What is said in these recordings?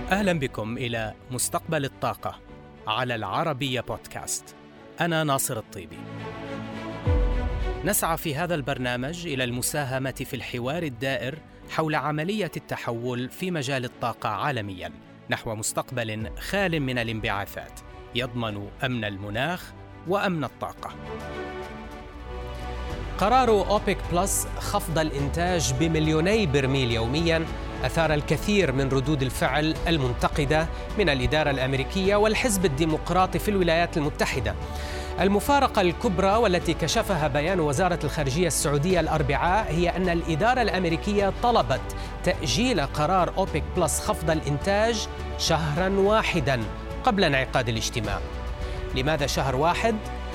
أهلا بكم إلى مستقبل الطاقة على العربية بودكاست. أنا ناصر الطيبي. نسعى في هذا البرنامج إلى المساهمة في الحوار الدائر حول عملية التحول في مجال الطاقة عالمياً نحو مستقبل خال من الانبعاثات يضمن أمن المناخ وأمن الطاقة. قرار أوبك بلس خفض الإنتاج بمليوني برميل يومياً أثار الكثير من ردود الفعل المنتقدة من الإدارة الأمريكية والحزب الديمقراطي في الولايات المتحدة. المفارقة الكبرى والتي كشفها بيان وزارة الخارجية السعودية الأربعاء هي أن الإدارة الأمريكية طلبت تأجيل قرار أوبك بلس خفض الإنتاج شهراً واحداً قبل انعقاد الاجتماع. لماذا شهر واحد؟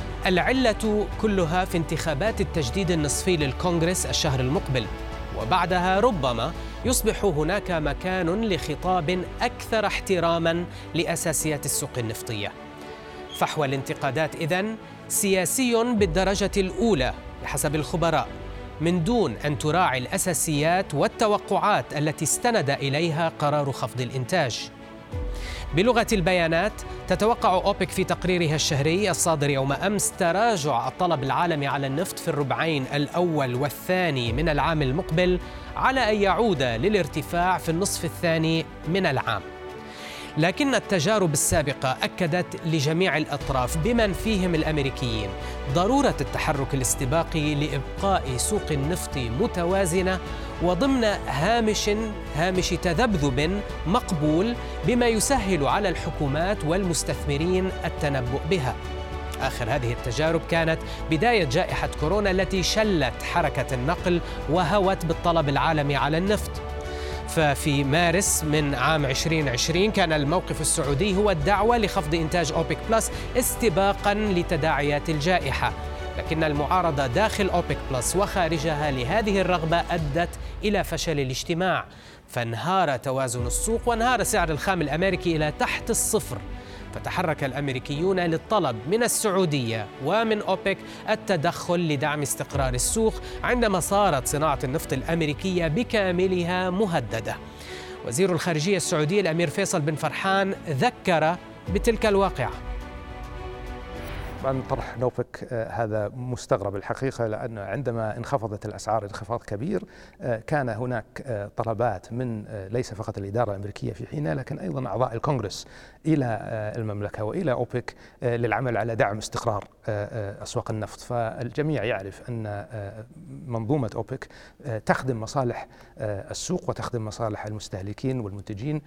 العلة كلها في انتخابات التجديد النصفي للكونغرس الشهر المقبل، وبعدها ربما يصبح هناك مكان لخطاب أكثر احتراماً لأساسيات السوق النفطية. فحوى الانتقادات إذن سياسي بالدرجة الأولى بحسب الخبراء، من دون أن تراعي الأساسيات والتوقعات التي استند إليها قرار خفض الإنتاج. بلغة البيانات، تتوقع أوبك في تقريرها الشهري الصادر يوم أمس تراجع الطلب العالمي على النفط في الربعين الأول والثاني من العام المقبل على أن يعود للارتفاع في النصف الثاني من العام. لكن التجارب السابقة أكدت لجميع الأطراف بمن فيهم الأمريكيين ضرورة التحرك الاستباقي لإبقاء سوق النفط متوازنة وضمن هامش تذبذب مقبول بما يسهل على الحكومات والمستثمرين التنبؤ بها. آخر هذه التجارب كانت بداية جائحة كورونا التي شلت حركة النقل وهوت بالطلب العالمي على النفط. ففي مارس من عام 2020 كان الموقف السعودي هو الدعوة لخفض إنتاج أوبك بلس استباقاً لتداعيات الجائحة، لكن المعارضة داخل أوبك بلس وخارجها لهذه الرغبة أدت إلى فشل الاجتماع، فانهار توازن السوق وانهار سعر الخام الأمريكي إلى تحت الصفر. فتحرك الأمريكيون للطلب من السعودية ومن أوبك التدخل لدعم استقرار السوق عندما صارت صناعة النفط الأمريكية بكاملها مهددة. وزير الخارجية السعودي الأمير فيصل بن فرحان ذكر بتلك الواقعة. طبعاً طرح نوفك هذا مستغرب الحقيقة، لأن عندما انخفضت الأسعار انخفاض كبير كان هناك طلبات من ليس فقط الإدارة الأمريكية في حينها لكن أيضاً أعضاء الكونغرس إلى المملكة وإلى أوبك للعمل على دعم استقرار أسواق النفط. فالجميع يعرف أن منظومة أوبك تخدم مصالح السوق وتخدم مصالح المستهلكين والمنتجين،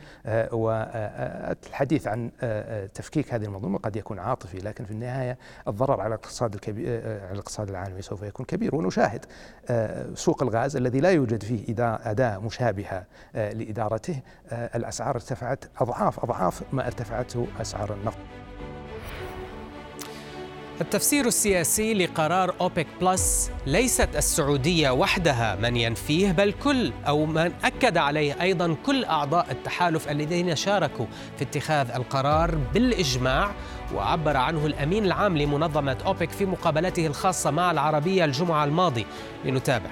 والحديث عن تفكيك هذه المنظومة قد يكون عاطفي، لكن في النهاية الضرر على الاقتصاد العالمي سوف يكون كبير. ونشاهد سوق الغاز الذي لا يوجد فيه أداة مشابهة لإدارته، الأسعار ارتفعت أضعاف ما ارتفعته أسعار النفط. التفسير السياسي لقرار أوبك بلس ليست السعودية وحدها من ينفيه، بل من أكد عليه أيضا كل أعضاء التحالف الذين شاركوا في اتخاذ القرار بالإجماع، وعبر عنه الأمين العام لمنظمة أوبك في مقابلته الخاصة مع العربية الجمعة الماضي. لنتابع.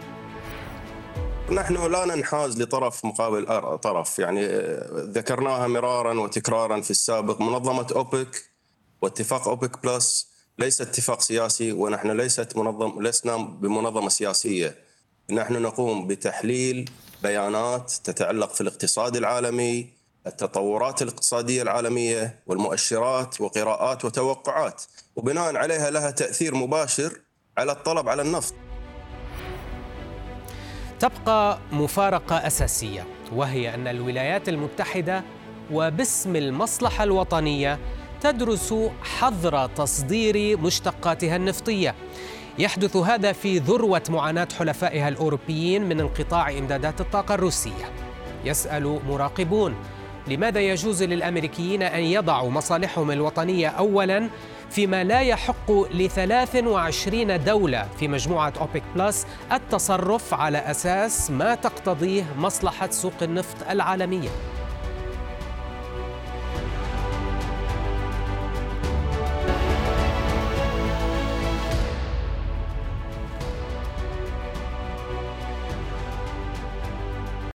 نحن لا ننحاز لطرف مقابل طرف، يعني ذكرناها مرارا وتكرارا في السابق. منظمة أوبك واتفاق أوبك بلس ليس اتفاق سياسي، ونحن لسنا بمنظمة سياسية. نحن نقوم بتحليل بيانات تتعلق في الاقتصاد العالمي، التطورات الاقتصادية العالمية والمؤشرات وقراءات وتوقعات، وبناء عليها لها تأثير مباشر على الطلب على النفط. تبقى مفارقة أساسية، وهي أن الولايات المتحدة وباسم المصلحة الوطنية تدرس حظر تصدير مشتقاتها النفطية. يحدث هذا في ذروة معاناة حلفائها الأوروبيين من انقطاع إمدادات الطاقة الروسية. يسأل مراقبون: لماذا يجوز للأمريكيين أن يضعوا مصالحهم الوطنية أولاً فيما لا يحق ل23 دولة في مجموعة أوبك بلس التصرف على أساس ما تقتضيه مصلحة سوق النفط العالمية؟